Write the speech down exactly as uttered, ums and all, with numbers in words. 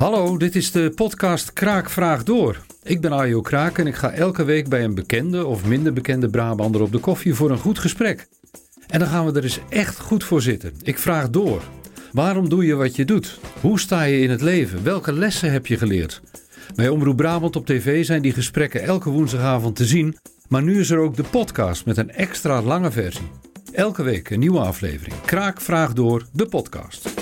Hallo, dit is de podcast Kraak Vraagt Door. Ik ben Ajo Kraak en ik ga elke week bij een bekende of minder bekende Brabander op de koffie voor een goed gesprek. En dan gaan we er eens echt goed voor zitten. Ik vraag door. Waarom doe je wat je doet? Hoe sta je in het leven? Welke lessen heb je geleerd? Bij Omroep Brabant op tv zijn die gesprekken elke woensdagavond te zien. Maar nu is er ook de podcast met een extra lange versie. Elke week een nieuwe aflevering. Kraak Vraagt Door, de podcast.